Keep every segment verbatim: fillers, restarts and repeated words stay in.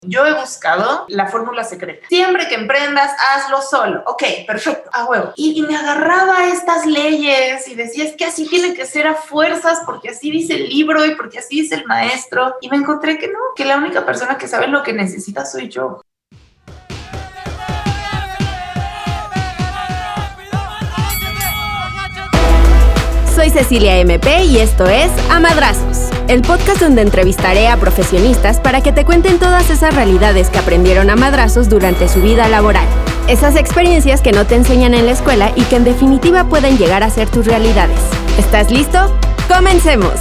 Yo he buscado la fórmula secreta. Siempre que emprendas, hazlo solo. Ok, perfecto, a huevo. Y, y me agarraba a estas leyes y decía, es que así tiene que ser a fuerzas porque así dice el libro y porque así dice el maestro. Y me encontré que no, que la única persona que sabe lo que necesita soy yo. Soy Cecilia M P y esto es A Madrazos, el podcast donde entrevistaré a profesionistas para que te cuenten todas esas realidades que aprendieron a madrazos durante su vida laboral. Esas experiencias que no te enseñan en la escuela y que en definitiva pueden llegar a ser tus realidades. ¿Estás listo? ¡Comencemos!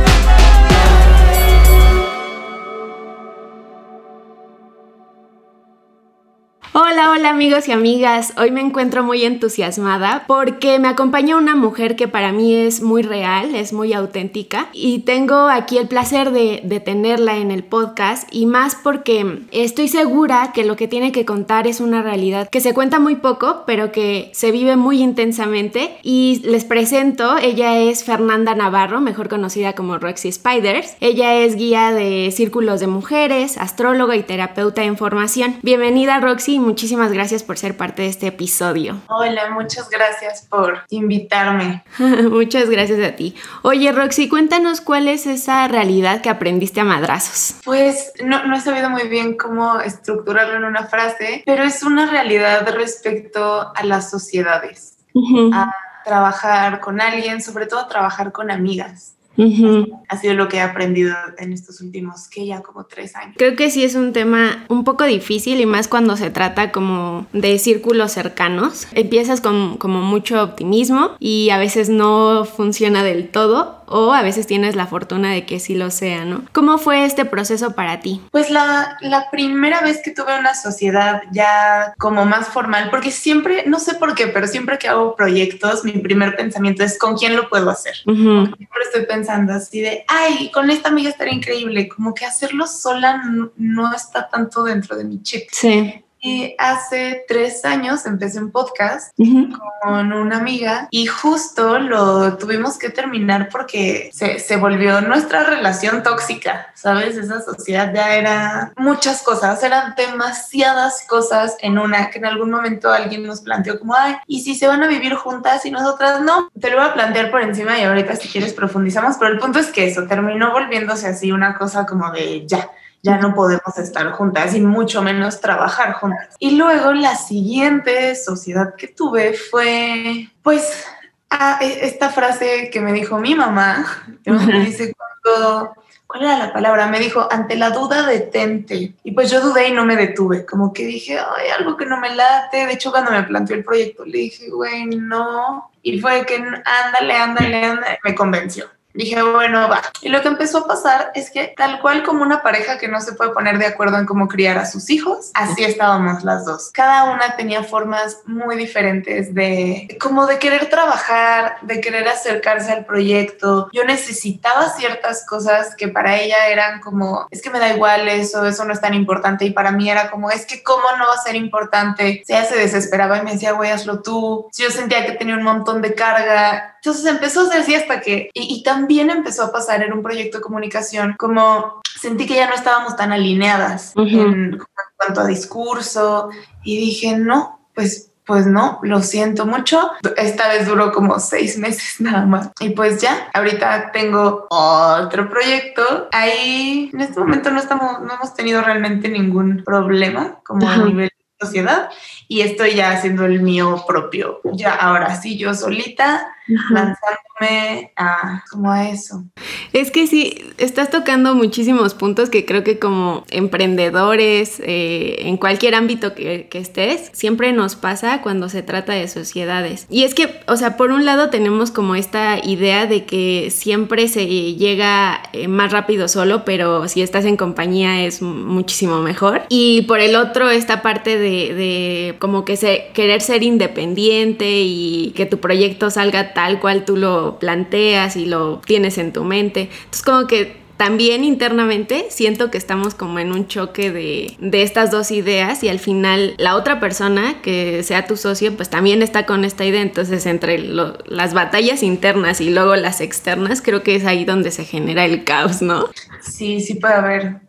Hola, hola amigos y amigas. Hoy me encuentro muy entusiasmada porque me acompaña una mujer que para mí es muy real, es muy auténtica y tengo aquí el placer de, de tenerla en el podcast y más porque estoy segura que lo que tiene que contar es una realidad que se cuenta muy poco pero que se vive muy intensamente y les presento, ella es Fernanda Navarro, mejor conocida como Roxy Spiders. Ella es guía de círculos de mujeres, astróloga y terapeuta en formación. Bienvenida Roxy. Muchísimas gracias por ser parte de este episodio. Hola, muchas gracias por invitarme. Muchas gracias a ti. Oye, Roxy, cuéntanos cuál es esa realidad que aprendiste a madrazos. Pues no, no he sabido muy bien cómo estructurarlo en una frase, pero es una realidad respecto a las sociedades, uh-huh. a trabajar con alguien, sobre todo a trabajar con amigas. Uh-huh. Ha sido lo que he aprendido en estos últimos, que ya como tres años. Creo que sí es un tema un poco difícil y más cuando se trata como de círculos cercanos. Empiezas con como mucho optimismo y a veces no funciona del todo o a veces tienes la fortuna de que sí lo sea, ¿no? ¿Cómo fue este proceso para ti? Pues la, la primera vez que tuve una sociedad ya como más formal, porque siempre, no sé por qué, pero siempre que hago proyectos, mi primer pensamiento es ¿con quién lo puedo hacer? Uh-huh. Siempre estoy pensando así de, ay, con esta amiga estaría increíble, como que hacerlo sola no, no está tanto dentro de mi chip. Sí. Y hace tres años empecé un podcast uh-huh. con una amiga y justo lo tuvimos que terminar porque se, se volvió nuestra relación tóxica, ¿sabes? Esa sociedad ya era muchas cosas, eran demasiadas cosas en una, que en algún momento alguien nos planteó como, ay, ¿y si se van a vivir juntas y nosotras no? Te lo voy a plantear por encima y ahorita si quieres profundizamos, pero el punto es que eso terminó volviéndose así una cosa como de ya. Ya no podemos estar juntas y mucho menos trabajar juntas. Y luego la siguiente sociedad que tuve fue, pues, a esta frase que me dijo mi mamá. Me dice cuando, ¿cuál era la palabra? Me dijo, ante la duda, detente. Y pues yo dudé y no me detuve. Como que dije, ay, algo que no me late. De hecho, cuando me planteó el proyecto, le dije, güey, no. Y fue que, ándale, ándale, ándale. Me convenció. Dije, bueno, va. Y lo que empezó a pasar es que tal cual como una pareja que no se puede poner de acuerdo en cómo criar a sus hijos, así estábamos las dos. Cada una tenía formas muy diferentes de como de querer trabajar, de querer acercarse al proyecto. Yo necesitaba ciertas cosas que para ella eran como, es que me da igual eso, eso no es tan importante. Y para mí era como, es que cómo no va a ser importante. O sea, ella se desesperaba y me decía, güey, hazlo tú. Yo sentía que tenía un montón de carga. Entonces empezó a ser así hasta que, y, y también También empezó a pasar en un proyecto de comunicación, como sentí que ya no estábamos tan alineadas uh-huh. en, en cuanto a discurso y dije, no, pues, pues no, lo siento mucho. Esta vez duró como seis meses nada más. Y pues ya, ahorita tengo otro proyecto. Ahí en este momento no, estamos, no hemos tenido realmente ningún problema como uh-huh. a nivel de sociedad y estoy ya haciendo el mío propio. Ya ahora sí, yo solita. Uh-huh. Lanzándome a como a eso. Es que sí, estás tocando muchísimos puntos que creo que como emprendedores, eh, en cualquier ámbito que, que estés, siempre nos pasa cuando se trata de sociedades. Y es que, o sea, por un lado tenemos como esta idea de que siempre se llega eh, más rápido solo, pero si estás en compañía es muchísimo mejor. Y por el otro, esta parte de, de como que se, querer ser independiente y que tu proyecto salga tal cual tú lo planteas y lo tienes en tu mente. Entonces como que también internamente siento que estamos como en un choque de, de estas dos ideas y al final la otra persona que sea tu socio pues también está con esta idea. Entonces entre lo, las batallas internas y luego las externas creo que es ahí donde se genera el caos, ¿no? Sí, sí puede haber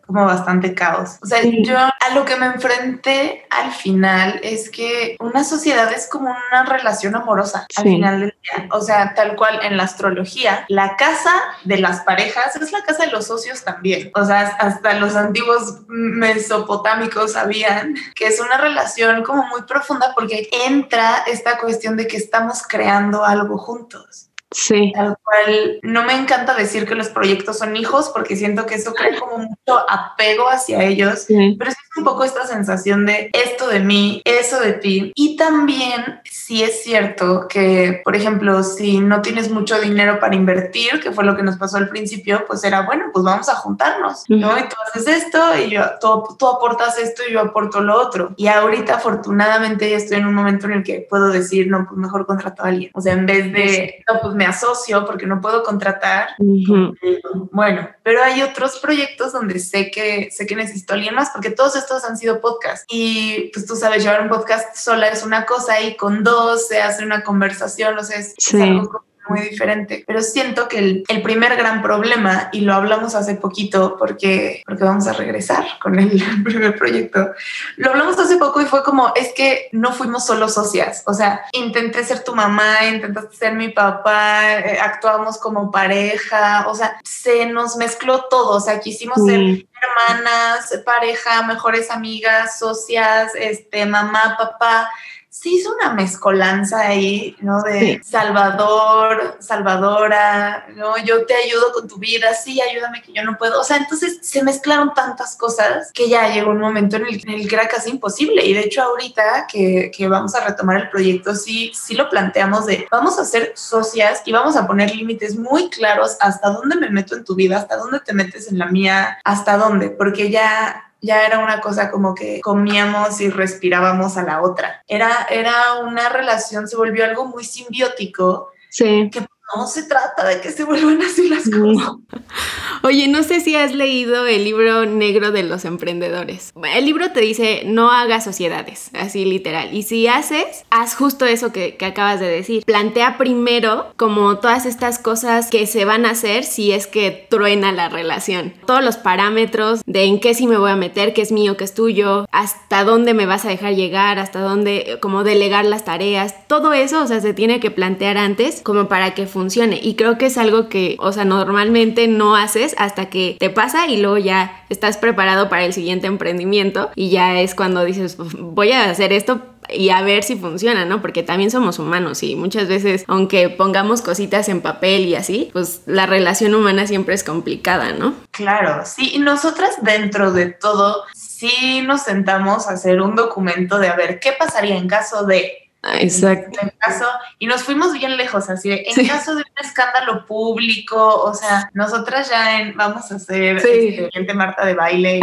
como bastante caos. O sea, sí. Yo a lo que me enfrenté al final es que una sociedad es como una relación amorosa sí. al final del día. O sea, tal cual en la astrología, la casa de las parejas es la casa de los socios también. O sea, hasta los antiguos mesopotámicos sabían que es una relación como muy profunda porque entra esta cuestión de que estamos creando algo juntos. Sí. Tal cual, no me encanta decir que los proyectos son hijos porque siento que eso crea como mucho apego hacia ellos, sí. Pero es un poco esta sensación de esto de mí, eso de ti. Y también sí es cierto que, por ejemplo, si no tienes mucho dinero para invertir, que fue lo que nos pasó al principio, pues era, bueno, pues vamos a juntarnos, ¿no? Uh-huh. Y tú haces esto y yo, tú, tú aportas esto y yo aporto lo otro. Y ahorita, afortunadamente, estoy en un momento en el que puedo decir, no, pues mejor contrato a alguien. O sea, en vez de, no, pues me asocio porque no puedo contratar. Uh-huh. Bueno, pero hay otros proyectos donde sé que, sé que necesito a alguien más porque todos estos han sido podcasts. Y pues tú sabes, llevar un podcast sola es una cosa y con dos se hace una conversación, o sea, es, sí. es algo muy diferente. Pero siento que el, el primer gran problema, y lo hablamos hace poquito porque, porque vamos a regresar con el primer proyecto, lo hablamos hace poco y fue como, es que no fuimos solo socias, o sea, intenté ser tu mamá, intentaste ser mi papá, eh, actuamos como pareja, o sea, se nos mezcló todo, o sea, quisimos mm. ser hermanas, pareja, mejores amigas, socias, este, mamá, papá. Se hizo una mezcolanza ahí, ¿no? De sí. Salvador, Salvadora, ¿no? Yo te ayudo con tu vida, sí, ayúdame que yo no puedo. O sea, entonces se mezclaron tantas cosas que ya llegó un momento en el, en el que era casi imposible. Y de hecho ahorita que, que vamos a retomar el proyecto, sí, sí lo planteamos de vamos a ser socias y vamos a poner límites muy claros hasta dónde me meto en tu vida, hasta dónde te metes en la mía, hasta dónde, porque ya... ya era una cosa como que comíamos y respirábamos a la otra. Era, era una relación, se volvió algo muy simbiótico. Sí. Que no se trata de que se vuelvan así las cosas. No. Oye, no sé si has leído el libro negro de los emprendedores. El libro te dice, no hagas sociedades, así literal. Y si haces, haz justo eso que, que acabas de decir. Plantea primero como todas estas cosas que se van a hacer si es que truena la relación. Todos los parámetros de en qué sí me voy a meter, qué es mío, qué es tuyo, hasta dónde me vas a dejar llegar, hasta dónde, como delegar las tareas. Todo eso, o sea, se tiene que plantear antes como para que funcione. Y creo que es algo que, o sea, normalmente no haces hasta que te pasa y luego ya estás preparado para el siguiente emprendimiento y ya es cuando dices, voy a hacer esto y a ver si funciona, ¿no? Porque también somos humanos y muchas veces, aunque pongamos cositas en papel y así, pues la relación humana siempre es complicada, ¿no? Claro, sí, y nosotras dentro de todo sí nos sentamos a hacer un documento de a ver qué pasaría en caso de... Exacto. En caso, y nos fuimos bien lejos, así de, en sí. caso de un escándalo público, o sea, nosotras ya en, vamos a hacer sí. este, Marta de baile y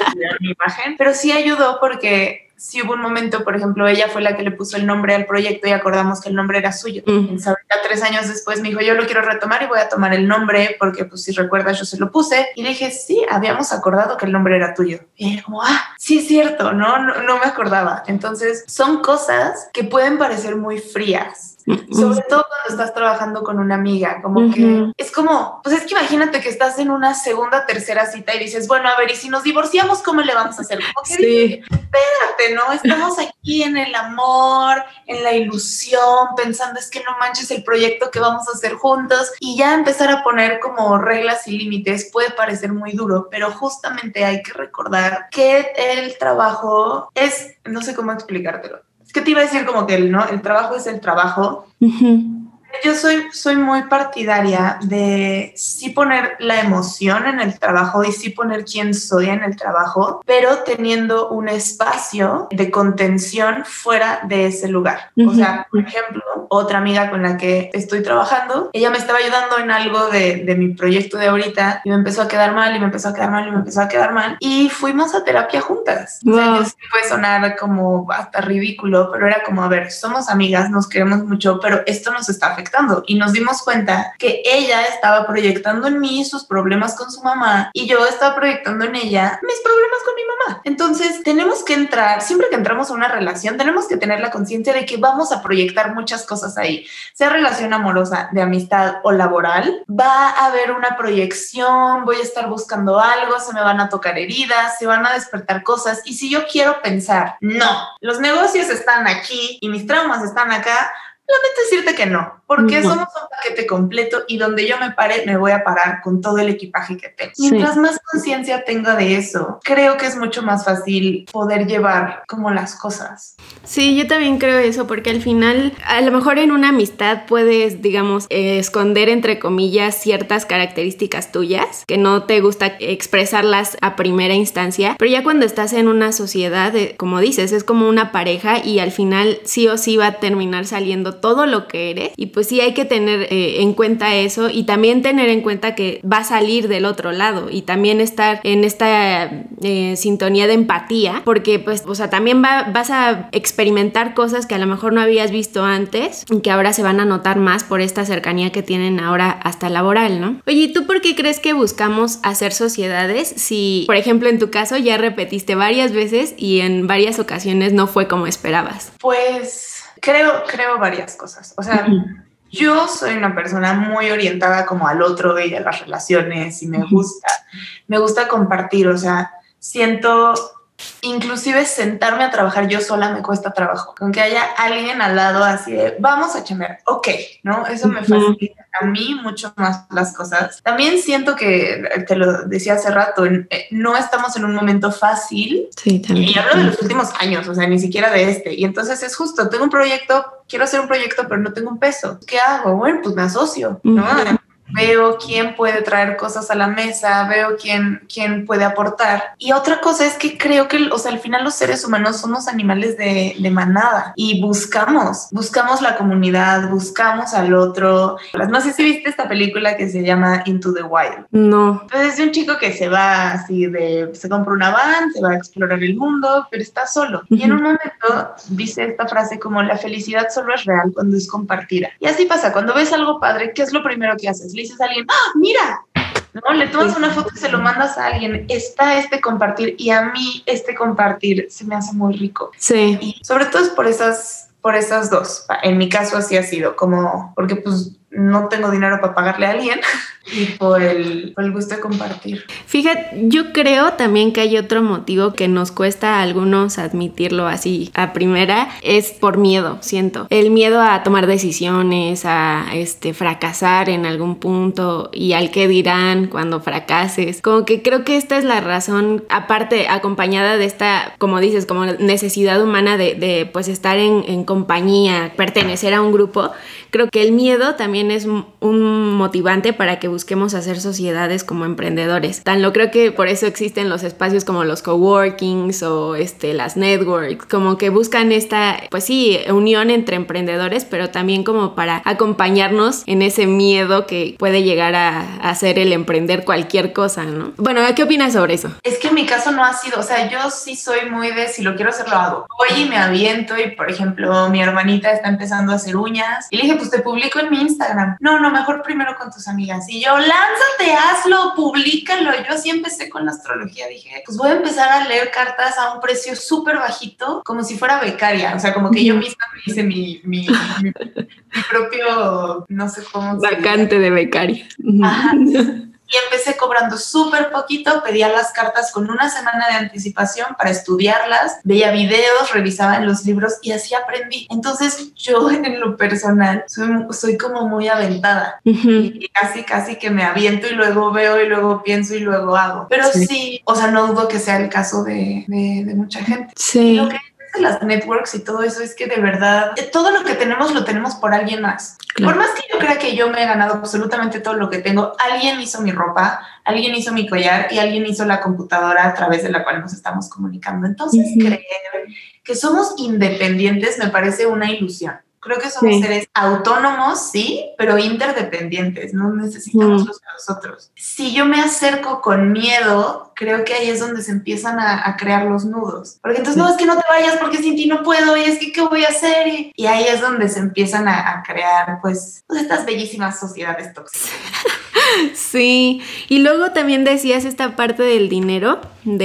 mi imagen, pero sí ayudó porque sí hubo un momento, por ejemplo, ella fue la que le puso el nombre al proyecto y acordamos que el nombre era suyo. Mm. Entonces, ahorita, tres años después me dijo, yo lo quiero retomar y voy a tomar el nombre porque, pues, si recuerdas, yo se lo puse. Y le dije, sí, habíamos acordado que el nombre era tuyo. Y ella como, ah, sí es cierto, ¿no? No, no me acordaba. Entonces, son cosas que pueden parecer muy frías. Sobre todo cuando estás trabajando con una amiga, como uh-huh. que es como, pues es que imagínate que estás en una segunda, tercera cita y dices, bueno, a ver, y si nos divorciamos, ¿cómo le vamos a hacer? Como que sí. dices, espérate, ¿no? Estamos aquí en el amor, en la ilusión, pensando es que no manches el proyecto que vamos a hacer juntos y ya empezar a poner como reglas y límites puede parecer muy duro, pero justamente hay que recordar que el trabajo es, no sé cómo explicártelo. Es que te iba a decir como que el, ¿no? el trabajo es el trabajo. Uh-huh. Yo soy, soy muy partidaria de sí poner la emoción en el trabajo y sí poner quién soy en el trabajo, pero teniendo un espacio de contención fuera de ese lugar. Uh-huh. O sea, por ejemplo, otra amiga con la que estoy trabajando, ella me estaba ayudando en algo de, de mi proyecto de ahorita y me empezó a quedar mal y me empezó a quedar mal y me empezó a quedar mal y fuimos a terapia juntas. Wow. O sea, yo sé que puede sonar como hasta ridículo, pero era como, a ver, somos amigas, nos queremos mucho, pero esto nos está afectando afectando. Y nos dimos cuenta que ella estaba proyectando en mí sus problemas con su mamá y yo estaba proyectando en ella mis problemas con mi mamá. Entonces tenemos que entrar, siempre que entramos a una relación, tenemos que tener la conciencia de que vamos a proyectar muchas cosas ahí, sea relación amorosa, de amistad o laboral. Va a haber una proyección, voy a estar buscando algo, se me van a tocar heridas, se van a despertar cosas. Y si yo quiero pensar, no, los negocios están aquí y mis traumas están acá, lamento decirte que no, porque no. Somos un paquete completo y donde yo me pare, me voy a parar con todo el equipaje que tengo. Sí. Mientras más conciencia tenga de eso, creo que es mucho más fácil poder llevar como las cosas. Sí, yo también creo eso, porque al final, a lo mejor en una amistad puedes, digamos, eh, esconder, entre comillas, ciertas características tuyas, que no te gusta expresarlas a primera instancia, pero ya cuando estás en una sociedad, eh, como dices, es como una pareja y al final sí o sí va a terminar saliendo todo lo que eres, y pues sí hay que tener eh, en cuenta eso, y también tener en cuenta que va a salir del otro lado, y también estar en esta eh, sintonía de empatía, porque pues, o sea, también va, vas a experimentar cosas que a lo mejor no habías visto antes y que ahora se van a notar más por esta cercanía que tienen ahora hasta laboral, ¿no? Oye, ¿tú por qué crees que buscamos hacer sociedades si, por ejemplo, en tu caso ya repetiste varias veces y en varias ocasiones no fue como esperabas? Pues Creo, creo varias cosas. O sea, uh-huh. yo soy una persona muy orientada como al otro y a las relaciones y me gusta, uh-huh. me gusta compartir. O sea, siento, inclusive sentarme a trabajar yo sola me cuesta trabajo. Con que haya alguien al lado así de, vamos a chambear, ok, ¿no? Eso me facilita a mí mucho más las cosas. También siento que, te lo decía hace rato, no estamos en un momento fácil. Sí, también. Y hablo de los últimos años, o sea, ni siquiera de este. Y entonces es justo, tengo un proyecto, quiero hacer un proyecto, pero no tengo un peso. ¿Qué hago? Bueno, pues me asocio, ¿no? Uh-huh. Veo quién puede traer cosas a la mesa, veo quién, quién puede aportar. Y otra cosa es que creo que, o sea, al final los seres humanos somos animales de, de manada y buscamos, buscamos la comunidad, buscamos al otro. No sé si viste esta película que se llama Into the Wild. No. Pues es de un chico que se va así de, se compra una van, se va a explorar el mundo, pero está solo. Uh-huh. Y en un momento dice esta frase como, la felicidad solo es real cuando es compartida. Y así pasa, cuando ves algo padre, ¿qué es lo primero que haces? Le dices a alguien, ¡ah, mira! ¿No? Le tomas una foto y se lo mandas a alguien. Está este compartir, y a mí este compartir se me hace muy rico. Sí. Y sobre todo es por esas, por esas dos. En mi caso así ha sido, como, porque pues no tengo dinero para pagarle a alguien y por el, por el gusto de compartir. Fíjate, yo creo también que hay otro motivo que nos cuesta a algunos admitirlo así a primera, es por miedo, siento. El miedo a tomar decisiones, a este, fracasar en algún punto y al qué dirán cuando fracases. Como que creo que esta es la razón, aparte acompañada de esta, como dices, como necesidad humana de, de pues estar en, en compañía, pertenecer a un grupo. Creo que el miedo también es un motivante para que busquemos hacer sociedades como emprendedores. Tan lo creo que por eso existen los espacios como los coworkings o este, las networks, como que buscan esta, pues sí, unión entre emprendedores, pero también como para acompañarnos en ese miedo que puede llegar a, a hacer el emprender cualquier cosa, ¿no? Bueno, ¿qué opinas sobre eso? Es que en mi caso no ha sido, o sea, yo sí soy muy de si lo quiero hacer, lo hago. Voy y me aviento y, por ejemplo, mi hermanita está empezando a hacer uñas y le dije, pues te publico en mi Instagram. No, no, mejor primero con tus amigas. Y yo, lánzate, hazlo, públicalo. Yo así empecé con la astrología. Dije, pues voy a empezar a leer cartas a un precio súper bajito, como si fuera becaria. O sea, como que yo misma me hice mi, mi, mi, mi propio, no sé cómo se dice. Vacante de becaria. Ajá. Y empecé cobrando súper poquito, pedía las cartas con una semana de anticipación para estudiarlas, veía videos, revisaba en los libros y así aprendí. Entonces yo en lo personal soy, soy como muy aventada. Uh-huh. Y casi casi que me aviento y luego veo y luego pienso y luego hago. Pero sí, sí o sea, no dudo que sea el caso de, de, de mucha gente. Sí. Y lo que de las networks y todo eso es que de verdad todo lo que tenemos lo tenemos por alguien más. Claro. Por más que yo crea que yo me he ganado absolutamente todo lo que tengo, alguien hizo mi ropa, alguien hizo mi collar y alguien hizo la computadora a través de la cual nos estamos comunicando. Entonces, uh-huh. creer que somos independientes me parece una ilusión. Creo que somos Sí. seres autónomos, sí, pero interdependientes, no necesitamos mm. los a los otros. Si yo me acerco con miedo, creo que ahí es donde se empiezan a, a crear los nudos. Porque entonces, sí. no, es que no te vayas porque sin ti no puedo, y es que ¿qué voy a hacer? Y, y ahí es donde se empiezan a, a crear, pues, pues, estas bellísimas sociedades tóxicas. Sí, y luego también decías esta parte del dinero,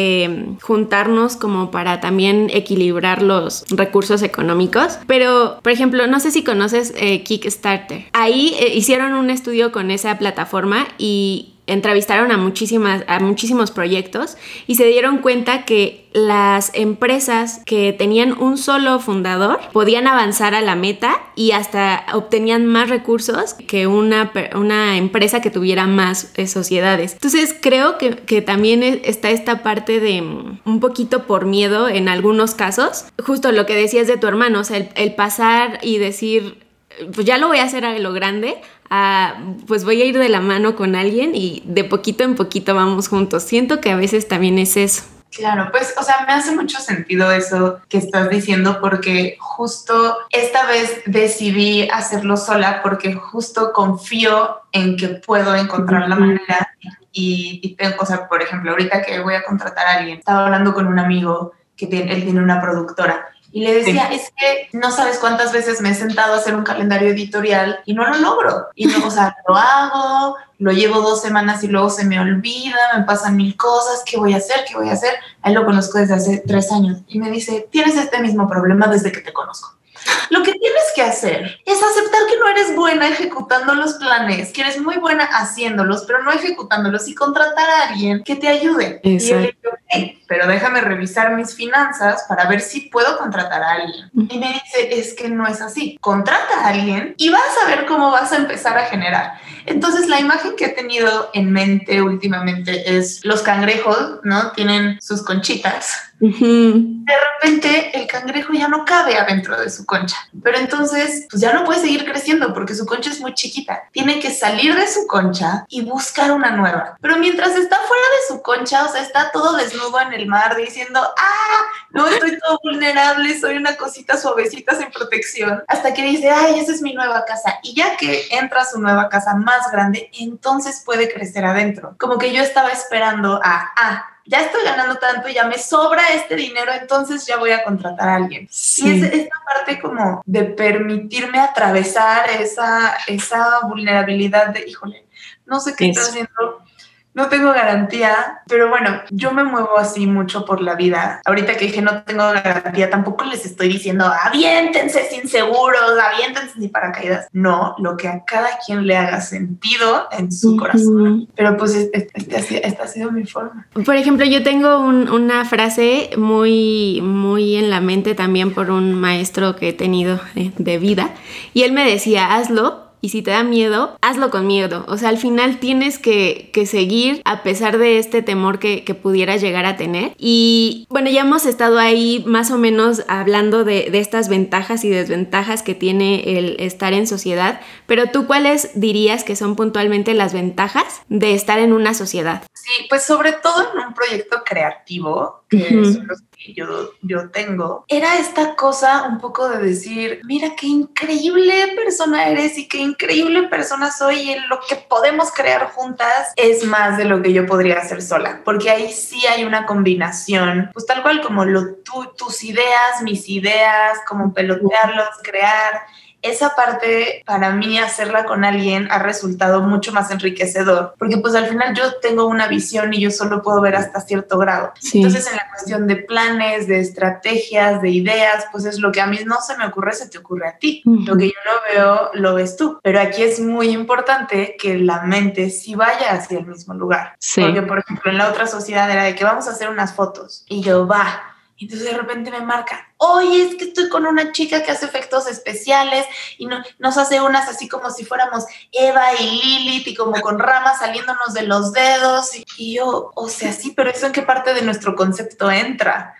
de juntarnos como para también equilibrar los recursos económicos, pero por ejemplo, no sé si conoces eh, Kickstarter. Ahí eh, hicieron un estudio con esa plataforma y entrevistaron a muchísimas, a muchísimos proyectos y se dieron cuenta que las empresas que tenían un solo fundador podían avanzar a la meta y hasta obtenían más recursos que una, una empresa que tuviera más eh, sociedades. Entonces creo que, que también está esta parte de un poquito por miedo en algunos casos, justo lo que decías de tu hermano, o sea, el, el pasar y decir, pues ya lo voy a hacer a lo grande, a, pues voy a ir de la mano con alguien y de poquito en poquito vamos juntos. Siento que a veces también es eso. Claro, pues, o sea, me hace mucho sentido eso que estás diciendo porque justo esta vez decidí hacerlo sola porque justo confío en que puedo encontrar uh-huh. la manera y, y tengo, o sea, por ejemplo, ahorita que voy a contratar a alguien, estaba hablando con un amigo que tiene, él tiene una productora. Y le decía, sí. es que no sabes cuántas veces me he sentado a hacer un calendario editorial y no lo logro. Y no, o sea, lo hago, lo llevo dos semanas y luego se me olvida, me pasan mil cosas, ¿qué voy a hacer? ¿Qué voy a hacer? A él lo conozco desde hace tres años. Y me dice, tienes este mismo problema desde que te conozco. Lo que tienes que hacer es aceptar que no eres buena ejecutando los planes, que eres muy buena haciéndolos, pero no ejecutándolos y contratar a alguien que te ayude. Exacto. Y yo le digo, okay, pero déjame revisar mis finanzas para ver si puedo contratar a alguien. Y me dice, es que no es así. Contrata a alguien y vas a ver cómo vas a empezar a generar. Entonces, la imagen que he tenido en mente últimamente es los cangrejos, ¿no? Tienen sus conchitas. Uh-huh. De repente, el cangrejo ya no cabe adentro de su concha. Pero entonces, pues ya no puede seguir creciendo porque su concha es muy chiquita. Tiene que salir de su concha y buscar una nueva. Pero mientras está fuera de su concha, o sea, está todo desnudo en el mar diciendo, ¡ah! No, estoy todo vulnerable, soy una cosita suavecita sin protección. Hasta que dice, ¡ay, esa es mi nueva casa! Y ya que entra a su nueva casa más grande, entonces puede crecer adentro. Como que yo estaba esperando a, ah, ya estoy ganando tanto, ya me sobra este dinero, entonces ya voy a contratar a alguien. Sí. Y es esta parte como de permitirme atravesar esa, esa vulnerabilidad de, híjole, no sé qué estoy haciendo, no tengo garantía, pero bueno, yo me muevo así mucho por la vida. Ahorita que dije no tengo garantía, tampoco les estoy diciendo aviéntense sin seguros, aviéntense sin paracaídas. No, lo que a cada quien le haga sentido en su uh-huh. corazón. Pero pues este, este, esta ha sido mi forma. Por ejemplo, yo tengo un, una frase muy, muy en la mente también por un maestro que he tenido de, de vida. Y él me decía, hazlo. Y si te da miedo, hazlo con miedo. O sea, al final tienes que, que seguir a pesar de este temor que, que pudieras llegar a tener. Y bueno, ya hemos estado ahí más o menos hablando de, de estas ventajas y desventajas que tiene el estar en sociedad. Pero tú, ¿cuáles dirías que son puntualmente las ventajas de estar en una sociedad? Sí, pues sobre todo en un proyecto creativo, que uh-huh. son los que yo, yo tengo, era esta cosa un poco de decir, mira qué increíble persona eres y qué increíble persona soy y lo que podemos crear juntas es más de lo que yo podría hacer sola, porque ahí sí hay una combinación, pues tal cual como lo, tu, tus ideas, mis ideas, como pelotearlos, crear. Esa parte, para mí, hacerla con alguien ha resultado mucho más enriquecedor, porque pues al final yo tengo una visión y yo solo puedo ver hasta cierto grado. Sí. Entonces, en la cuestión de planes, de estrategias, de ideas, pues es lo que a mí no se me ocurre, se te ocurre a ti. Uh-huh. Lo que yo no veo, lo ves tú. Pero aquí es muy importante que la mente sí vaya hacia el mismo lugar. Sí. Porque, por ejemplo, en la otra sociedad era de que vamos a hacer unas fotos. Y yo, va... Y entonces de repente me marca, oye, es que estoy con una chica que hace efectos especiales y no, nos hace unas así como si fuéramos Eva y Lilith y como con ramas saliéndonos de los dedos. Y, y yo, o sea, sí, pero ¿eso en qué parte de nuestro concepto entra?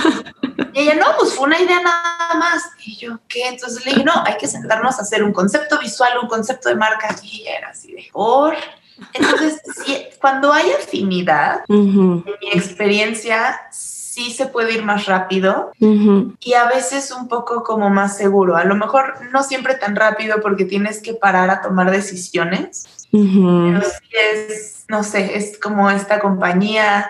Y ella, no, pues fue una idea nada más. Y yo, ¿qué? Entonces le dije, no, hay que sentarnos a hacer un concepto visual, un concepto de marca. Y ella era así de, por... Entonces, sí, cuando hay afinidad, uh-huh. en mi experiencia, sí se puede ir más rápido uh-huh. y a veces un poco como más seguro. A lo mejor no siempre tan rápido porque tienes que parar a tomar decisiones, uh-huh. pero sí es, no sé, es como esta compañía,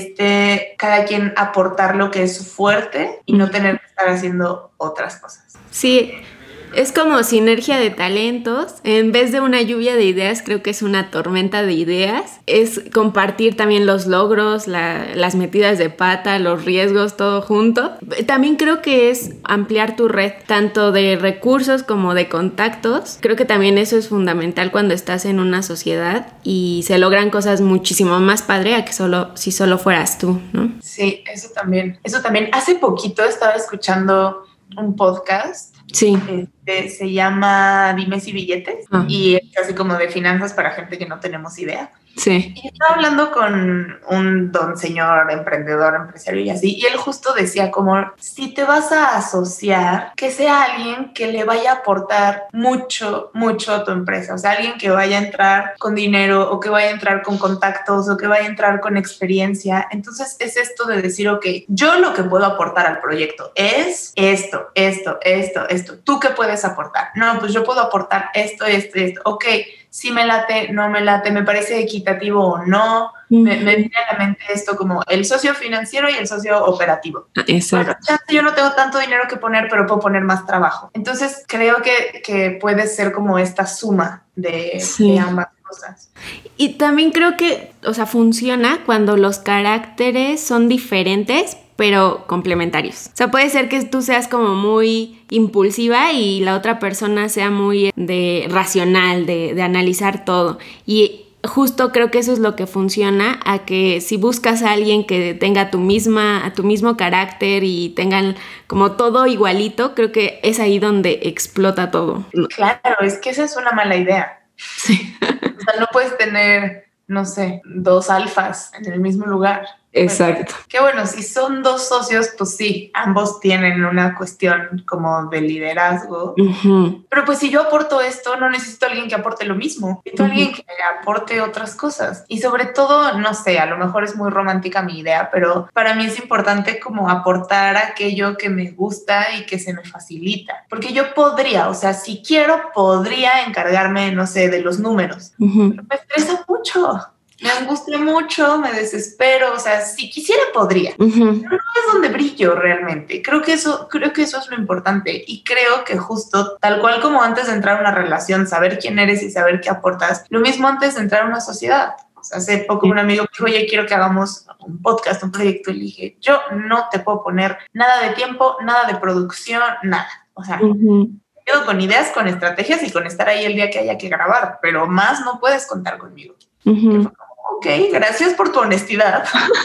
este, cada quien aportar lo que es su fuerte y no tener que estar haciendo otras cosas. Sí. Es como sinergia de talentos. En vez de una lluvia de ideas, creo que es una tormenta de ideas. Es compartir también los logros, la, las metidas de pata, los riesgos, todo junto. También creo que es ampliar tu red, tanto de recursos como de contactos. Creo que también eso es fundamental cuando estás en una sociedad y se logran cosas muchísimo más padre a que solo, si solo fueras tú, ¿no? Sí, eso también. Eso también. Hace poquito estaba escuchando un podcast. Sí. Este, se llama Dimes y Billetes ah. y es así como de finanzas para gente que no tenemos idea. Sí. Y estaba hablando con un don señor emprendedor, empresario y así, y él justo decía como, si te vas a asociar, que sea alguien que le vaya a aportar mucho, mucho a tu empresa. O sea, alguien que vaya a entrar con dinero o que vaya a entrar con contactos o que vaya a entrar con experiencia. Entonces es esto de decir, ok, yo lo que puedo aportar al proyecto es esto, esto, esto, esto. ¿Tú qué puedes aportar? No, pues yo puedo aportar esto, esto, esto. Ok, si me late, no me late, me parece equitativo o no. Uh-huh. Me, me viene a la mente esto como el socio financiero y el socio operativo. Exacto. Bueno, yo no tengo tanto dinero que poner, pero puedo poner más trabajo. Entonces creo que, que puede ser como esta suma de, sí. de ambas cosas. Y también creo que, o sea, funciona cuando los caracteres son diferentes, pero complementarios. O sea, puede ser que tú seas como muy impulsiva y la otra persona sea muy de racional, de, de analizar todo. Y justo creo que eso es lo que funciona, a que si buscas a alguien que tenga tu misma, a tu mismo carácter y tengan como todo igualito, creo que es ahí donde explota todo. Claro, es que esa es una mala idea. Sí. O sea, no puedes tener, no sé, dos alfas en el mismo lugar. Exacto. Bueno, que bueno, si son dos socios, pues sí, ambos tienen una cuestión como de liderazgo. Uh-huh. Pero pues si yo aporto esto, no necesito a alguien que aporte lo mismo. Necesito a uh-huh. alguien que aporte otras cosas. Y sobre todo, no sé, a lo mejor es muy romántica mi idea, pero para mí es importante como aportar aquello que me gusta y que se me facilita. Porque yo podría, o sea, si quiero, podría encargarme, no sé, de los números. Uh-huh. Pero me estresa mucho. Me angustia mucho, me desespero, o sea, si quisiera podría, uh-huh. pero no es donde brillo realmente. Creo que eso, creo que eso es lo importante y creo que justo tal cual como antes de entrar a una relación, saber quién eres y saber qué aportas, lo mismo antes de entrar a una sociedad. O sea, hace poco un amigo me dijo, oye, quiero que hagamos un podcast, un proyecto, y le dije, yo no te puedo poner nada de tiempo, nada de producción, nada. O sea, uh-huh. quedo con ideas, con estrategias y con estar ahí el día que haya que grabar, pero más no puedes contar conmigo. Uh-huh. Ok, gracias por tu honestidad.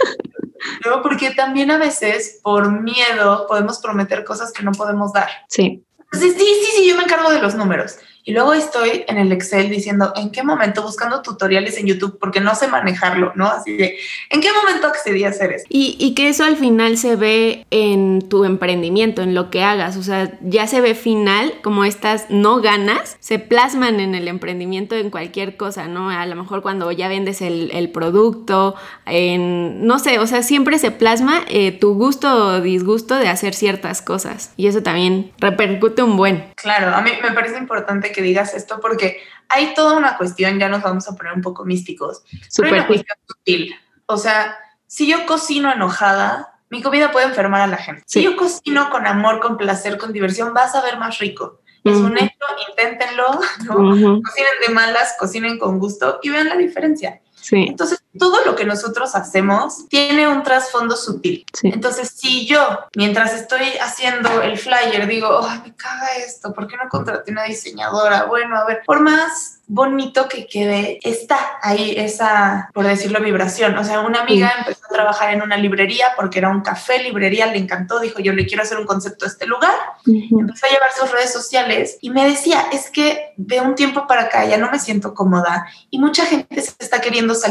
Luego, porque también a veces por miedo podemos prometer cosas que no podemos dar. Sí. Entonces, sí, sí, sí, yo me encargo de los números. Y luego estoy en el Excel diciendo, ¿en qué momento? Buscando tutoriales en YouTube porque no sé manejarlo, ¿no? Así de, ¿en qué momento accedí a hacer eso? Y, y que eso al final se ve en tu emprendimiento, en lo que hagas. O sea, ya se ve final, como estas no ganas, se plasman en el emprendimiento en cualquier cosa, ¿no? A lo mejor cuando ya vendes el, el producto, en, no sé, o sea, siempre se plasma eh, tu gusto o disgusto de hacer ciertas cosas. Y eso también repercute un buen. Claro, a mí me parece importante que digas esto porque hay toda una cuestión, ya nos vamos a poner un poco místicos, Super pero hay una cuestión sutil. O sea, si yo cocino enojada, mi comida puede enfermar a la gente. Sí. Si yo cocino con amor, con placer, con diversión, vas a ver más rico. Uh-huh. Es un hecho, inténtenlo, ¿no? Uh-huh. Cocinen de malas, cocinen con gusto y vean la diferencia. Sí. Entonces, todo lo que nosotros hacemos tiene un trasfondo sutil. Sí. Entonces, si yo, mientras estoy haciendo el flyer, digo, oh, me caga esto, ¿por qué no contraté una diseñadora? Bueno, a ver, por más bonito que quede, está ahí esa, por decirlo, vibración. O sea, una amiga sí. empezó a trabajar en una librería porque era un café, librería, le encantó, dijo, yo le quiero hacer un concepto a este lugar. Uh-huh. Empezó a llevar sus redes sociales y me decía, es que de un tiempo para acá ya no me siento cómoda y mucha gente se está queriendo salir del proyecto.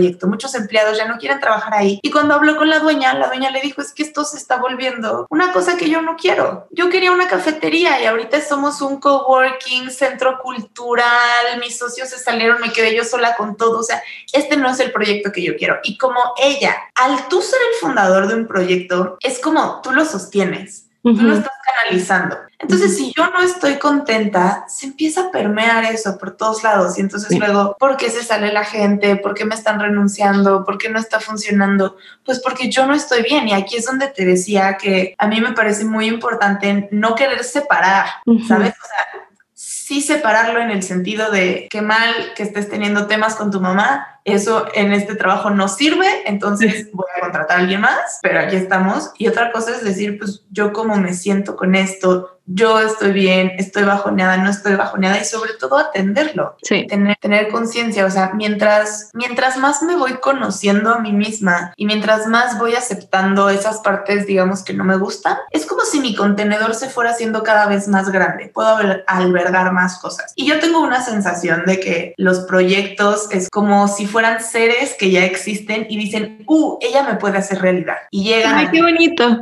proyecto. Muchos empleados ya no quieren trabajar ahí. Y cuando habló con la dueña, la dueña le dijo, es que esto se está volviendo una cosa que yo no quiero. Yo quería una cafetería y ahorita somos un coworking, centro cultural, mis socios se salieron, me quedé yo sola con todo. O sea, este no es el proyecto que yo quiero. Y como ella, al tú ser el fundador de un proyecto, es como tú lo sostienes. Tú lo estás canalizando. Entonces, uh-huh. si yo no estoy contenta, se empieza a permear eso por todos lados. Y entonces sí. luego, ¿por qué se sale la gente? ¿Por qué me están renunciando? ¿Por qué no está funcionando? Pues porque yo no estoy bien. Y aquí es donde te decía que a mí me parece muy importante no querer separar, uh-huh. ¿sabes? O sea, sí separarlo en el sentido de qué mal que estés teniendo temas con tu mamá. Eso en este trabajo no sirve, entonces voy a contratar a alguien más, pero aquí estamos. Y otra cosa es decir, pues yo cómo me siento con esto, yo estoy bien, estoy bajoneada, no estoy bajoneada, y sobre todo atenderlo, sí. tener, tener conciencia. O sea, mientras, mientras más me voy conociendo a mí misma y mientras más voy aceptando esas partes, digamos, que no me gustan, es como si mi contenedor se fuera haciendo cada vez más grande, puedo albergar más cosas. Y yo tengo una sensación de que los proyectos es como si fueran seres que ya existen y dicen, uh, ella me puede hacer realidad. Y llegan. ¡Ay, qué bonito!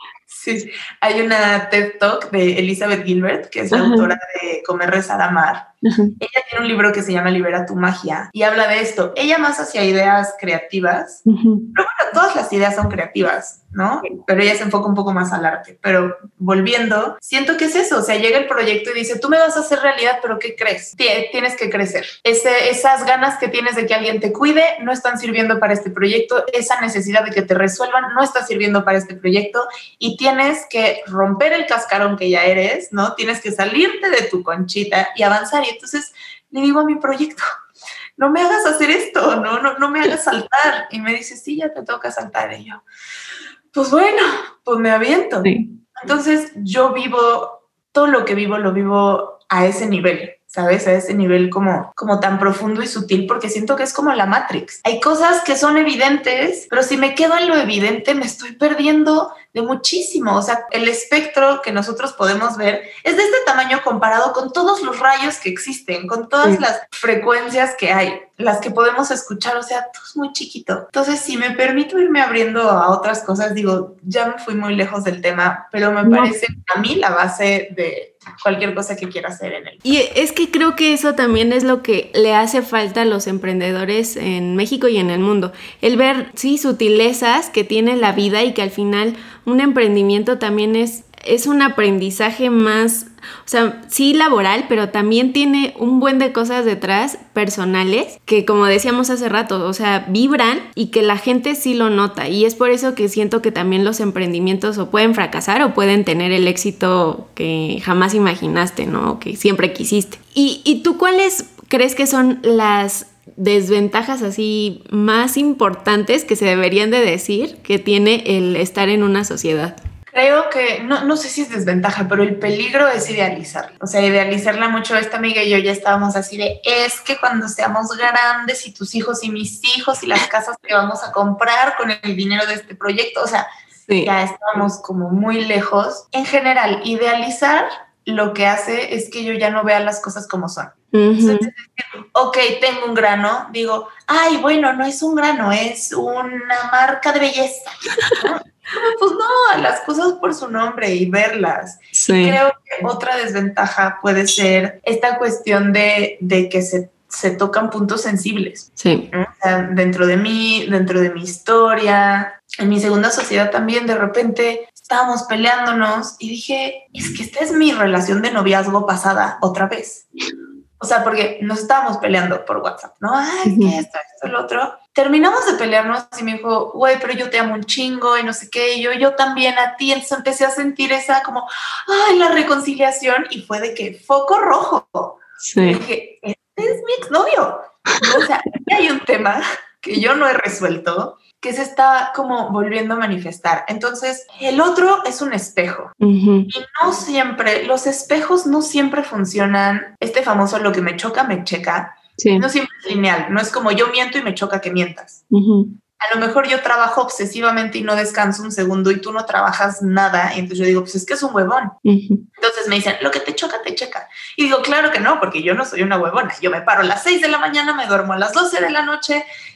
Sí, hay una TED Talk de Elizabeth Gilbert, que es la uh-huh. autora de Comer, Rezar, Amar. Uh-huh. Ella tiene un libro que se llama Libera tu magia y habla de esto. Ella más hacia ideas creativas, uh-huh. pero bueno, todas las ideas son creativas, ¿no? Pero ella se enfoca un poco más al arte. Pero volviendo, siento que es eso. O sea, llega el proyecto y dice, tú me vas a hacer realidad, pero ¿qué crees? Tienes que crecer. Ese, esas ganas que tienes de que alguien te cuide no están sirviendo para este proyecto. Esa necesidad de que te resuelvan no está sirviendo para este proyecto y tienes que romper el cascarón que ya eres, ¿no? Tienes que salirte de tu conchita y avanzar. Y entonces le digo a mi proyecto, no me hagas hacer esto, no, no, no me hagas saltar. Y me dice, sí, ya te toca saltar. Y yo, pues bueno, pues me aviento. Sí. Entonces yo vivo, todo lo que vivo lo vivo a ese nivel, ¿sabes? A ese nivel como, como tan profundo y sutil, porque siento que es como la Matrix. Hay cosas que son evidentes, pero si me quedo en lo evidente me estoy perdiendo de muchísimo. O sea, el espectro que nosotros podemos ver es de este tamaño comparado con todos los rayos que existen, con todas sí. las frecuencias que hay, las que podemos escuchar. O sea, todo es muy chiquito. Entonces, si me permito irme abriendo a otras cosas, digo, ya me fui muy lejos del tema, pero me no. parece a mí la base de cualquier cosa que quiera hacer en él. Y es que creo que eso también es lo que le hace falta a los emprendedores en México y en el mundo. El ver, sí, sutilezas que tiene la vida y que al final un emprendimiento también es, es un aprendizaje más, o sea, sí laboral, pero también tiene un buen de cosas detrás personales que, como decíamos hace rato, o sea, vibran y que la gente sí lo nota. Y es por eso que siento que también los emprendimientos o pueden fracasar o pueden tener el éxito que jamás imaginaste, ¿no? Que siempre quisiste. ¿Y, y tú cuáles crees que son las desventajas así más importantes que se deberían de decir que tiene el estar en una sociedad? Creo que, no, no sé si es desventaja, pero el peligro es idealizarla. O sea, idealizarla mucho. Esta amiga y yo ya estábamos así de, es que cuando seamos grandes y tus hijos y mis hijos y las casas que vamos a comprar con el dinero de este proyecto, o sea, sí. ya estábamos como muy lejos. En general, idealizar lo que hace es que yo ya no vea las cosas como son. Uh-huh. Entonces, ok, tengo un grano, digo, ay, bueno, no es un grano, es una marca de belleza, ¿no? Pues no, las cosas por su nombre y verlas. Sí. Creo que otra desventaja puede ser esta cuestión de, de que se, se tocan puntos sensibles. Sí. ¿no? O sea, dentro de mí, dentro de mi historia, en mi segunda sociedad también, de repente estábamos peleándonos y dije, es que esta es mi relación de noviazgo pasada otra vez. O sea, porque nos estábamos peleando por WhatsApp, ¿no? Ay, uh-huh. que esto, esto, el otro. Terminamos de pelearnos y me dijo, güey, pero yo te amo un chingo y no sé qué. Y yo, yo también a ti. Entonces empecé a sentir esa como, ay, la reconciliación. Y fue de que foco rojo. Sí. Y dije, este es mi exnovio. ¿no? O sea, hay un tema que yo no he resuelto que se está como volviendo a manifestar. Entonces, el otro es un espejo. Uh-huh. Y no siempre, los espejos no siempre funcionan. Este famoso lo que me choca, me checa. Sí. No siempre es lineal. No es como yo miento y me choca que mientas. Uh-huh. A lo mejor yo trabajo obsesivamente y no descanso un segundo y tú no trabajas nada. Y entonces yo digo, pues es que es un huevón. Uh-huh. Entonces me dicen, lo que te choca, te checa. Y digo, claro que no, porque yo no soy una huevona. Yo me paro a las seis de la mañana, me duermo a las doce de la noche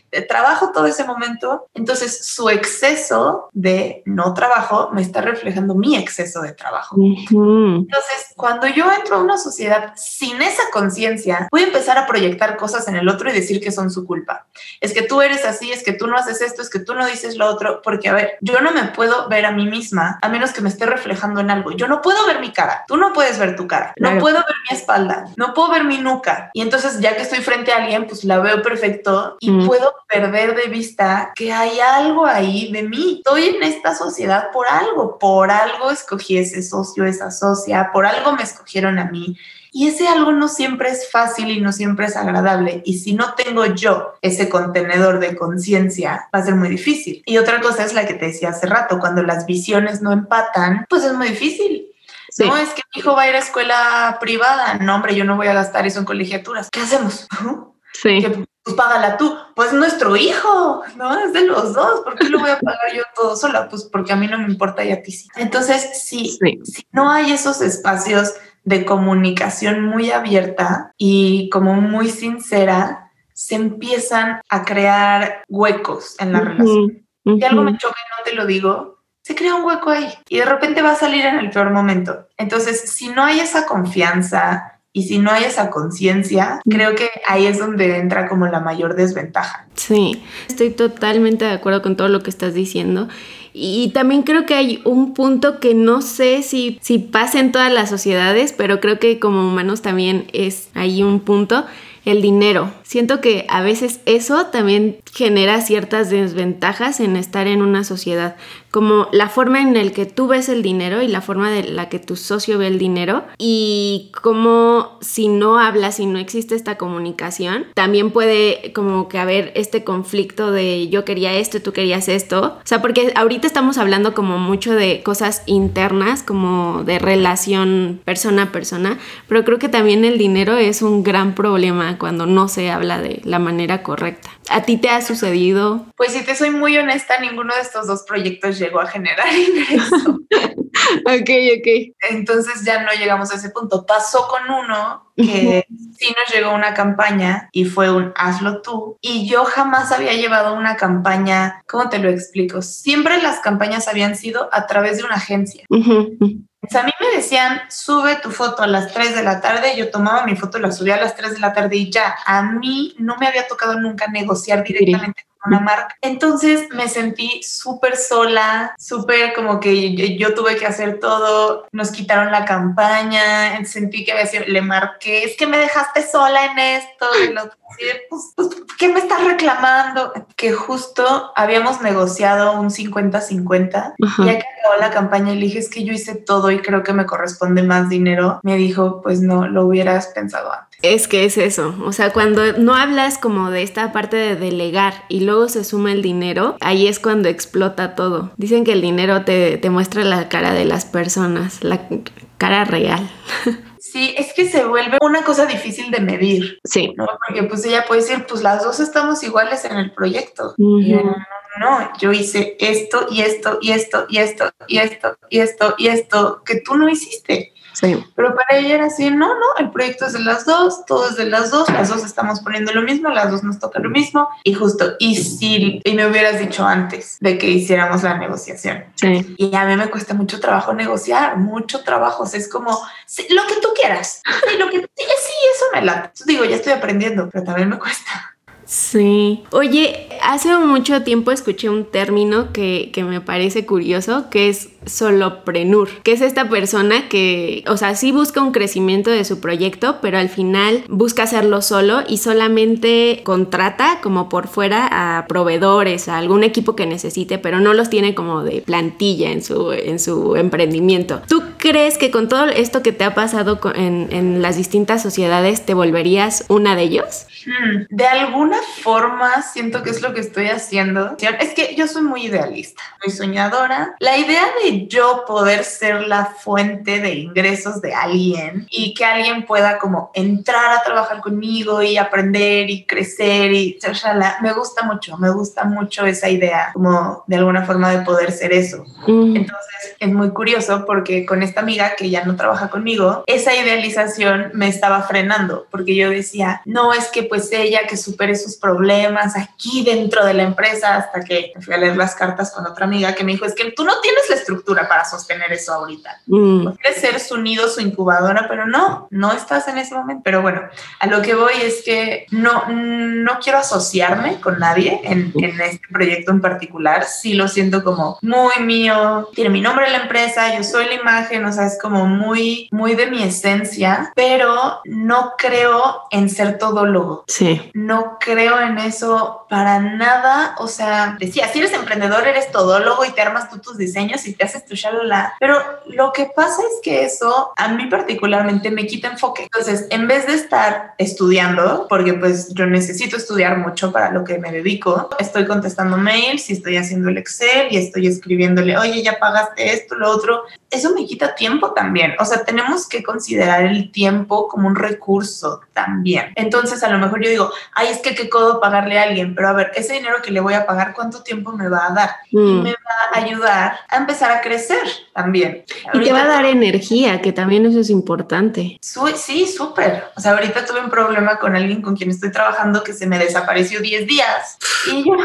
trabajo todo ese momento, entonces su exceso de no trabajo me está reflejando mi exceso de trabajo. Uh-huh. Entonces, cuando yo entro a una sociedad sin esa conciencia, voy a empezar a proyectar cosas en el otro y decir que son su culpa. Es que tú eres así, es que tú no haces esto, es que tú no dices lo otro, porque a ver, yo no me puedo ver a mí misma a menos que me esté reflejando en algo. Yo no puedo ver mi cara, tú no puedes ver tu cara, claro. No puedo ver mi espalda, no puedo ver mi nuca. Y entonces, ya que estoy frente a alguien, pues la veo perfecto y mm. puedo perder de vista que hay algo ahí de mí. Estoy en esta sociedad por algo, por algo escogí ese socio, esa socia, por algo me escogieron a mí. Y ese algo no siempre es fácil y no siempre es agradable. Y si no tengo yo ese contenedor de conciencia, va a ser muy difícil. Y otra cosa es la que te decía hace rato, cuando las visiones no empatan, pues es muy difícil. Sí. No, es que mi hijo va a ir a escuela privada. No, hombre, yo no voy a gastar eso en colegiaturas. ¿Qué hacemos? Sí. Que, pues págala tú. Pues nuestro hijo, ¿no? Es de los dos. ¿Por qué lo voy a pagar yo todo sola? Pues porque a mí no me importa y a ti sí. Entonces, sí, sí. si no hay esos espacios de comunicación muy abierta y como muy sincera, se empiezan a crear huecos en la uh-huh. relación. Uh-huh. Si algo me choca y no te lo digo, se crea un hueco ahí y de repente va a salir en el peor momento. Entonces, si no hay esa confianza y si no hay esa conciencia, creo que ahí es donde entra como la mayor desventaja. Sí, estoy totalmente de acuerdo con todo lo que estás diciendo. Y también creo que hay un punto que no sé si, si pasa en todas las sociedades, pero creo que como humanos también es ahí un punto, el dinero. Siento que a veces eso también genera ciertas desventajas en estar en una sociedad, como la forma en la que tú ves el dinero y la forma de la que tu socio ve el dinero, y como si no hablas, si no existe esta comunicación, también puede como que haber este conflicto de yo quería esto, tú querías esto. O sea, porque ahorita estamos hablando como mucho de cosas internas, como de relación persona a persona, pero creo que también el dinero es un gran problema cuando no se habla de la manera correcta. ¿A ti te ha sucedido? Pues si te soy muy honesta, ninguno de estos dos proyectos llegó a generar ingreso. Ok, ok. Entonces ya no llegamos a ese punto. Pasó con uno que sí nos llegó una campaña y fue un hazlo tú. Y yo jamás había llevado una campaña, ¿cómo te lo explico? Siempre las campañas habían sido a través de una agencia. Uh-huh. O sea, a mí me decían, sube tu foto a las tres de la tarde, yo tomaba mi foto, la subía a las tres de la tarde y ya. A mí no me había tocado nunca negociar directamente con una marca. Entonces me sentí súper sola, súper como que yo, yo tuve que hacer todo, nos quitaron la campaña, sentí que a veces le marqué, es que me dejaste sola en esto, y lo, pues, pues, ¿qué me estás reclamando? Que justo habíamos negociado un cincuenta cincuenta, uh-huh. Ya que acabó la campaña y le dije, es que yo hice todo y creo que me corresponde más dinero, me dijo, pues no, lo hubieras pensado antes. Es que es eso, o sea, cuando no hablas como de esta parte de delegar y luego se suma el dinero, ahí es cuando explota todo. Dicen que el dinero te, te muestra la cara de las personas, la cara real. Sí, es que se vuelve una cosa difícil de medir. Sí. ¿No? Porque pues ella puede decir, pues las dos estamos iguales en el proyecto. Uh-huh. Y yo, no, no, no, yo hice esto y esto y esto y esto y esto y esto y esto que tú no hiciste. Sí. Pero para ella era así, no, no, el proyecto es de las dos, todo es de las dos, las dos estamos poniendo lo mismo, las dos nos toca lo mismo, y justo, y si y me hubieras dicho antes de que hiciéramos la negociación. Sí. Y a mí me cuesta mucho trabajo negociar, mucho trabajo, o sea, es como, sí, lo que tú quieras, sí, lo que, sí, sí, eso me late. Entonces digo, ya estoy aprendiendo, pero también me cuesta. Sí. Oye, hace mucho tiempo escuché un término que, que me parece curioso, que es solopreneur, que es esta persona que, o sea, sí busca un crecimiento de su proyecto, pero al final busca hacerlo solo y solamente contrata como por fuera a proveedores, a algún equipo que necesite, pero no los tiene como de plantilla en su, en su emprendimiento. ¿Tú crees que con todo esto que te ha pasado en, en las distintas sociedades te volverías una de ellos? Hmm, de alguna forma siento que es lo que estoy haciendo. Es que yo soy muy idealista, muy soñadora. La idea de imagínate yo poder ser la fuente de ingresos de alguien y que alguien pueda como entrar a trabajar conmigo y aprender y crecer y chalala. Me gusta mucho, me gusta mucho esa idea como de alguna forma de poder ser eso. Mm. Entonces es muy curioso porque con esta amiga que ya no trabaja conmigo, esa idealización me estaba frenando porque yo decía, no, es que pues ella que supere sus problemas aquí dentro de la empresa, hasta que me fui a leer las cartas con otra amiga que me dijo, es que tú no tienes la estructura para sostener eso ahorita. Mm. Quieres ser su nido, su incubadora, pero no, no estás en ese momento. Pero bueno, a lo que voy es que no, no quiero asociarme con nadie en, en este proyecto en particular. Sí lo siento como muy mío, tiene mi nombre en la empresa, yo soy la imagen, o sea, es como muy, muy de mi esencia, pero no creo en ser todólogo. Sí. No creo en eso para nada. O sea, decía, si eres emprendedor, eres todólogo y te armas tú tus diseños y te haces tu shalala. Pero lo que pasa es que eso a mí particularmente me quita enfoque. Entonces, en vez de estar estudiando, porque pues yo necesito estudiar mucho para lo que me dedico, estoy contestando mails y estoy haciendo el Excel y estoy escribiéndole, oye, ya pagaste esto, lo otro. Eso me quita tiempo también. O sea, tenemos que considerar el tiempo como un recurso también. Entonces, a lo mejor yo digo, ay, es que qué codo pagarle a alguien, pero a ver, ese dinero que le voy a pagar, ¿cuánto tiempo me va a dar? Mm. Y me va a ayudar a empezar a crecer también. Y ahorita te va a dar energía, que también eso es importante. Su- sí, súper. O sea, ahorita tuve un problema con alguien con quien estoy trabajando que se me desapareció diez días. Y yo,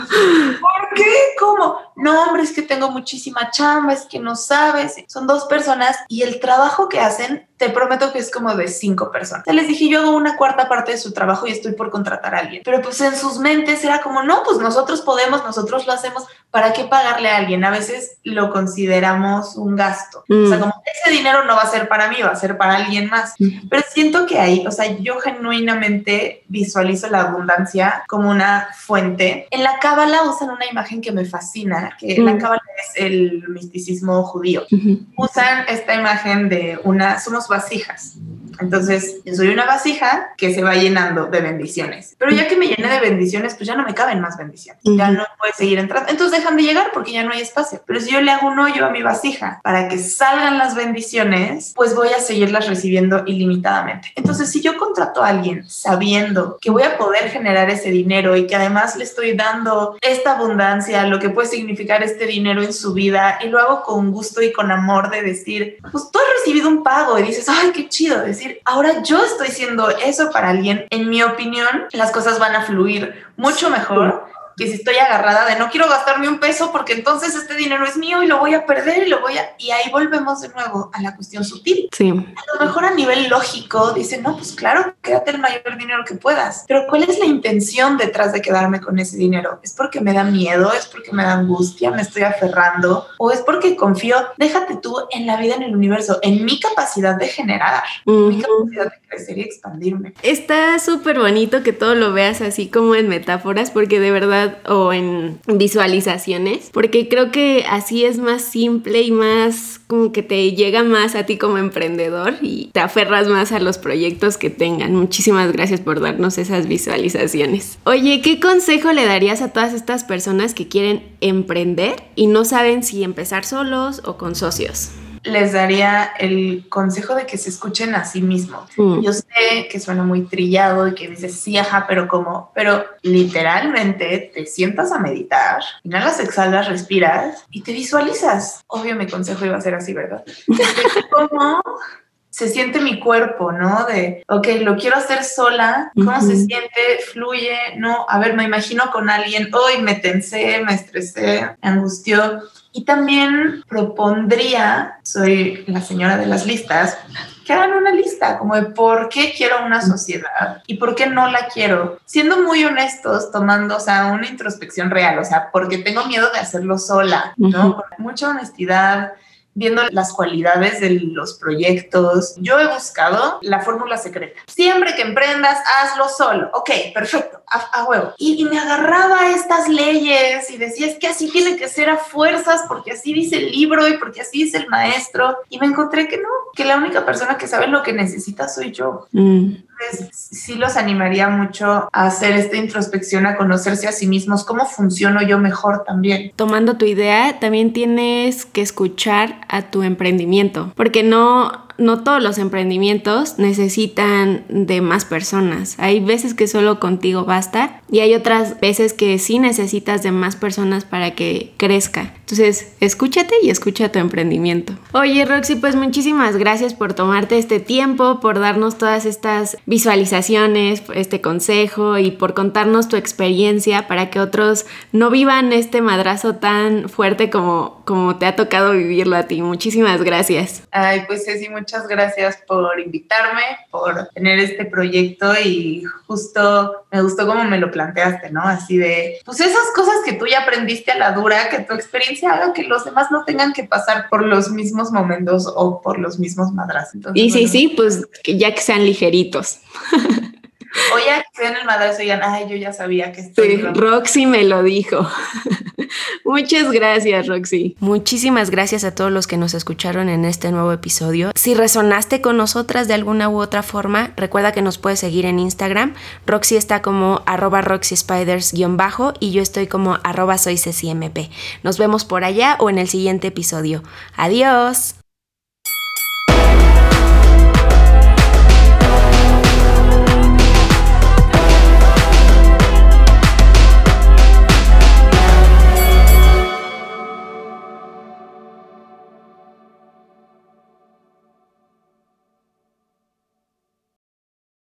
¿por qué? ¿Cómo? No, hombre, es que tengo muchísima chamba, es que no sabes. Son dos personas y el trabajo que hacen, te prometo que es como de cinco personas. Te les dije, yo hago una cuarta parte de su trabajo y estoy por contratar a alguien. Pero pues en sus mentes era como, no, pues nosotros podemos, nosotros lo hacemos. ¿Para qué pagarle a alguien? A veces lo consideramos un gasto. Mm. O sea, como ese dinero no va a ser para mí, va a ser para alguien más. Mm. Pero siento que ahí, o sea, yo genuinamente visualizo la abundancia como una fuente. En la Cábala usan una imagen que me fascina, que mm. la Cábala es el misticismo judío. Mm-hmm. Usan esta imagen de una, somos vasijas. Entonces, yo soy una vasija que se va llenando de bendiciones. Pero ya que me llené de bendiciones, pues ya no me caben más bendiciones. Uh-huh. Ya no puede seguir entrando. Entonces dejan de llegar porque ya no hay espacio. Pero si yo le hago un hoyo a mi vasija para que salgan las bendiciones, pues voy a seguirlas recibiendo ilimitadamente. Entonces, si yo contrato a alguien sabiendo que voy a poder generar ese dinero y que además le estoy dando esta abundancia, lo que puede significar este dinero en su vida, y lo hago con gusto y con amor de decir, pues tú has recibido un pago y dices, ay, qué chido, decir, ahora yo estoy siendo eso para alguien. En mi opinión, las cosas van a fluir mucho mejor que si estoy agarrada de no quiero gastarme un peso porque entonces este dinero es mío y lo voy a perder y lo voy a... Y ahí volvemos de nuevo a la cuestión sutil. Sí. A lo mejor a nivel lógico dice, no, pues claro, quédate el mayor dinero que puedas. Pero ¿cuál es la intención detrás de quedarme con ese dinero? ¿Es porque me da miedo? ¿Es porque me da angustia? ¿Me estoy aferrando? ¿O es porque confío, déjate tú, en la vida, en el universo, en mi capacidad de generar, uh-huh. mi capacidad de crecer y expandirme? Está súper bonito que todo lo veas así como en metáforas, porque de verdad, o en visualizaciones, porque creo que así es más simple y más como que te llega más a ti como emprendedor y te aferras más a los proyectos que tengan. Muchísimas gracias por darnos esas visualizaciones. Oye, ¿qué consejo le darías a todas estas personas que quieren emprender y no saben si empezar solos o con socios? Les daría el consejo de que se escuchen a sí mismos. Mm. Yo sé que suena muy trillado y que dices, sí, ajá, pero ¿cómo? Pero literalmente te sientas a meditar, inhalas, exhalas, respiras y te visualizas. Obvio, mi consejo iba a ser así, ¿verdad? ¿Cómo se siente mi cuerpo, no? De, ok, lo quiero hacer sola, ¿cómo uh-huh. se siente? Fluye, no, a ver, me imagino con alguien, hoy me tensé, me estresé, me angustió. Y también propondría, soy la señora de las listas, que hagan una lista como de por qué quiero una sociedad y por qué no la quiero, siendo muy honestos, tomando, o sea, una introspección real, o sea, porque tengo miedo de hacerlo sola, ¿no? Uh-huh. Con mucha honestidad, viendo las cualidades de los proyectos. Yo he buscado la fórmula secreta. Siempre que emprendas, hazlo solo. Ok, perfecto, a, a huevo. Y, y me agarraba a estas leyes y decía, es que así tiene que ser a fuerzas porque así dice el libro y porque así dice el maestro. Y me encontré que no, que la única persona que sabe lo que necesita soy yo. Mm. Entonces, sí los animaría mucho a hacer esta introspección, a conocerse a sí mismos, cómo funciono yo mejor también. Tomando tu idea, también tienes que escuchar a tu emprendimiento, porque no... No todos los emprendimientos necesitan de más personas. Hay veces que solo contigo basta y hay otras veces que sí necesitas de más personas para que crezca. Entonces, escúchate y escucha tu emprendimiento. Oye, Roxy, pues muchísimas gracias por tomarte este tiempo, por darnos todas estas visualizaciones, este consejo y por contarnos tu experiencia para que otros no vivan este madrazo tan fuerte como, como te ha tocado vivirlo a ti. Muchísimas gracias. Ay, pues Ceci, muchas gracias por invitarme, por tener este proyecto y justo me gustó cómo me lo planteaste, ¿no? Así de, pues esas cosas que tú ya aprendiste a la dura, que tu experiencia haga que los demás no tengan que pasar por los mismos momentos o por los mismos madrazos. Entonces, y sí, bueno, sí, pues ya que sean ligeritos. O ya que sean el madrazo y digan, ay, yo ya sabía que estoy... Sí, Roxy me lo dijo. Muchas gracias, Roxy. Muchísimas gracias a todos los que nos escucharon en este nuevo episodio. Si resonaste con nosotras de alguna u otra forma, recuerda que nos puedes seguir en Instagram. Roxy está como arroba roxyspiders guión bajo y yo estoy como arroba soy cecimp. Nos vemos por allá o en el siguiente episodio. Adiós.